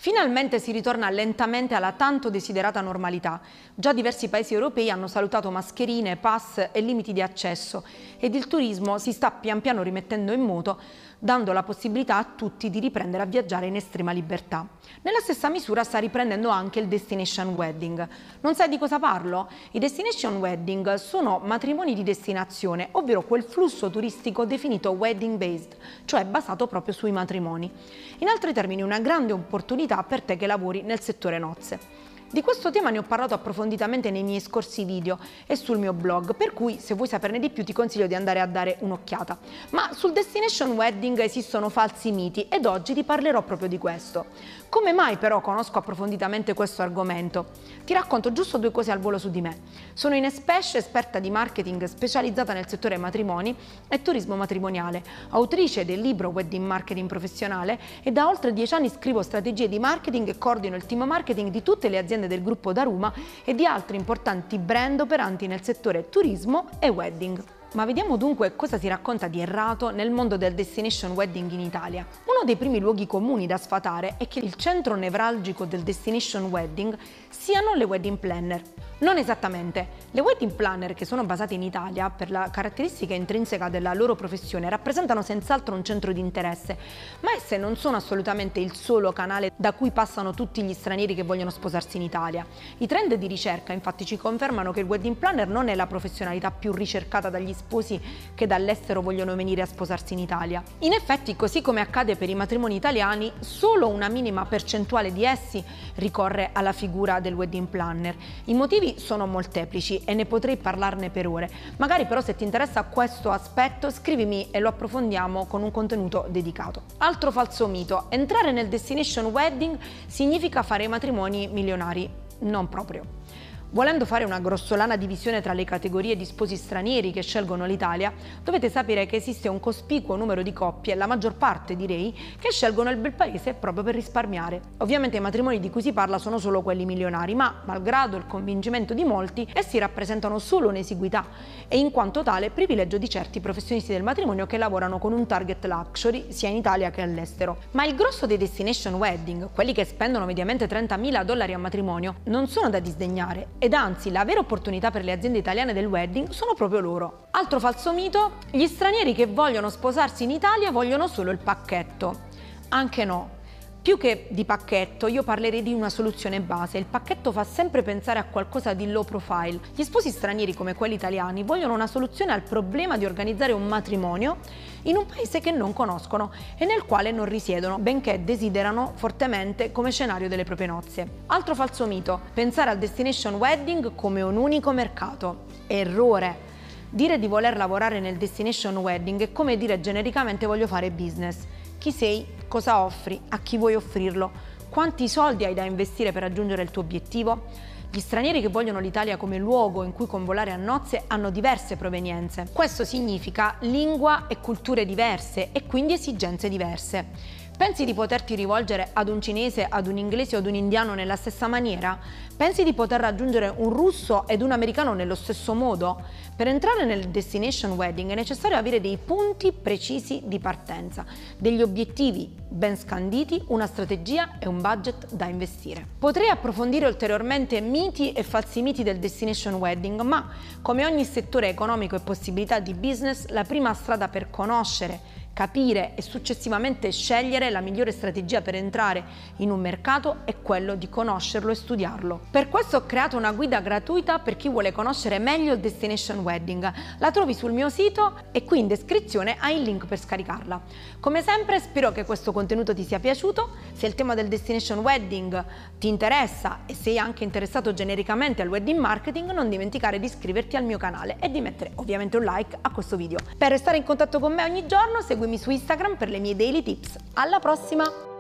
Finalmente si ritorna lentamente alla tanto desiderata normalità. Già diversi paesi europei hanno salutato mascherine, pass e limiti di accesso ed il turismo si sta pian piano rimettendo in moto, dando la possibilità a tutti di riprendere a viaggiare in estrema libertà. Nella stessa misura sta riprendendo anche il destination wedding. Non sai di cosa parlo? I destination wedding sono matrimoni di destinazione, ovvero quel flusso turistico definito wedding based, cioè basato proprio sui matrimoni. In altri termini, una grande opportunità per te che lavori nel settore nozze. Di questo tema ne ho parlato approfonditamente nei miei scorsi video e sul mio blog, per cui se vuoi saperne di più ti consiglio di andare a dare un'occhiata. Ma sul destination wedding esistono falsi miti ed oggi ti parlerò proprio di questo. Come mai però conosco approfonditamente questo argomento? Ti racconto giusto due cose al volo su di me. Sono Ines Pesce, esperta di marketing specializzata nel settore matrimoni e turismo matrimoniale, autrice del libro Wedding Marketing Professionale e da oltre 10 anni scrivo strategie di marketing e coordino il team marketing di tutte le aziende del gruppo Daruma e di altri importanti brand operanti nel settore turismo e wedding. Ma vediamo dunque cosa si racconta di errato nel mondo del destination wedding in Italia. Uno dei primi luoghi comuni da sfatare è che il centro nevralgico del destination wedding siano le wedding planner. Non esattamente. Le wedding planner, che sono basate in Italia per la caratteristica intrinseca della loro professione, rappresentano senz'altro un centro di interesse, ma esse non sono assolutamente il solo canale da cui passano tutti gli stranieri che vogliono sposarsi in Italia. I trend di ricerca infatti ci confermano che il wedding planner non è la professionalità più ricercata dagli sposi che dall'estero vogliono venire a sposarsi in Italia. In effetti, così come accade per i matrimoni italiani, solo una minima percentuale di essi ricorre alla figura del wedding planner. I motivi sono molteplici e ne potrei parlarne per ore. Magari però se ti interessa questo aspetto scrivimi e lo approfondiamo con un contenuto dedicato. Altro falso mito: entrare nel destination wedding significa fare matrimoni milionari. Non proprio. Volendo fare una grossolana divisione tra le categorie di sposi stranieri che scelgono l'Italia, dovete sapere che esiste un cospicuo numero di coppie, la maggior parte direi, che scelgono il bel paese proprio per risparmiare. Ovviamente i matrimoni di cui si parla sono solo quelli milionari, ma malgrado il convincimento di molti, essi rappresentano solo un'esiguità e in quanto tale privilegio di certi professionisti del matrimonio che lavorano con un target luxury sia in Italia che all'estero. Ma il grosso dei destination wedding, quelli che spendono mediamente $30.000 a matrimonio, non sono da disdegnare. Ed anzi, la vera opportunità per le aziende italiane del wedding sono proprio loro. Altro falso mito: gli stranieri che vogliono sposarsi in Italia vogliono solo il pacchetto. Anche no. Più che di pacchetto, io parlerei di una soluzione base. Il pacchetto fa sempre pensare a qualcosa di low profile. Gli sposi stranieri come quelli italiani vogliono una soluzione al problema di organizzare un matrimonio in un paese che non conoscono e nel quale non risiedono, benché desiderano fortemente come scenario delle proprie nozze. Altro falso mito: pensare al destination wedding come un unico mercato. Errore. Dire di voler lavorare nel destination wedding è come dire genericamente voglio fare business. Chi sei? Cosa offri? A chi vuoi offrirlo? Quanti soldi hai da investire per raggiungere il tuo obiettivo? Gli stranieri che vogliono l'Italia come luogo in cui convolare a nozze hanno diverse provenienze. Questo significa lingua e culture diverse e quindi esigenze diverse. Pensi di poterti rivolgere ad un cinese, ad un inglese o ad un indiano nella stessa maniera? Pensi di poter raggiungere un russo ed un americano nello stesso modo? Per entrare nel destination wedding è necessario avere dei punti precisi di partenza, degli obiettivi ben scanditi, una strategia e un budget da investire. Potrei approfondire ulteriormente miti e falsi miti del destination wedding, ma come ogni settore economico e possibilità di business, la prima strada per conoscere, capire e successivamente scegliere la migliore strategia per entrare in un mercato è quello di conoscerlo e studiarlo. Per questo ho creato una guida gratuita per chi vuole conoscere meglio il destination wedding. La trovi sul mio sito e qui in descrizione hai il link per scaricarla. Come sempre spero che questo contenuto ti sia piaciuto. Se il tema del destination wedding ti interessa e sei anche interessato genericamente al wedding marketing, non dimenticare di iscriverti al mio canale e di mettere ovviamente un like a questo video. Per restare in contatto con me ogni giorno seguimi su Instagram per le mie daily tips. Alla prossima!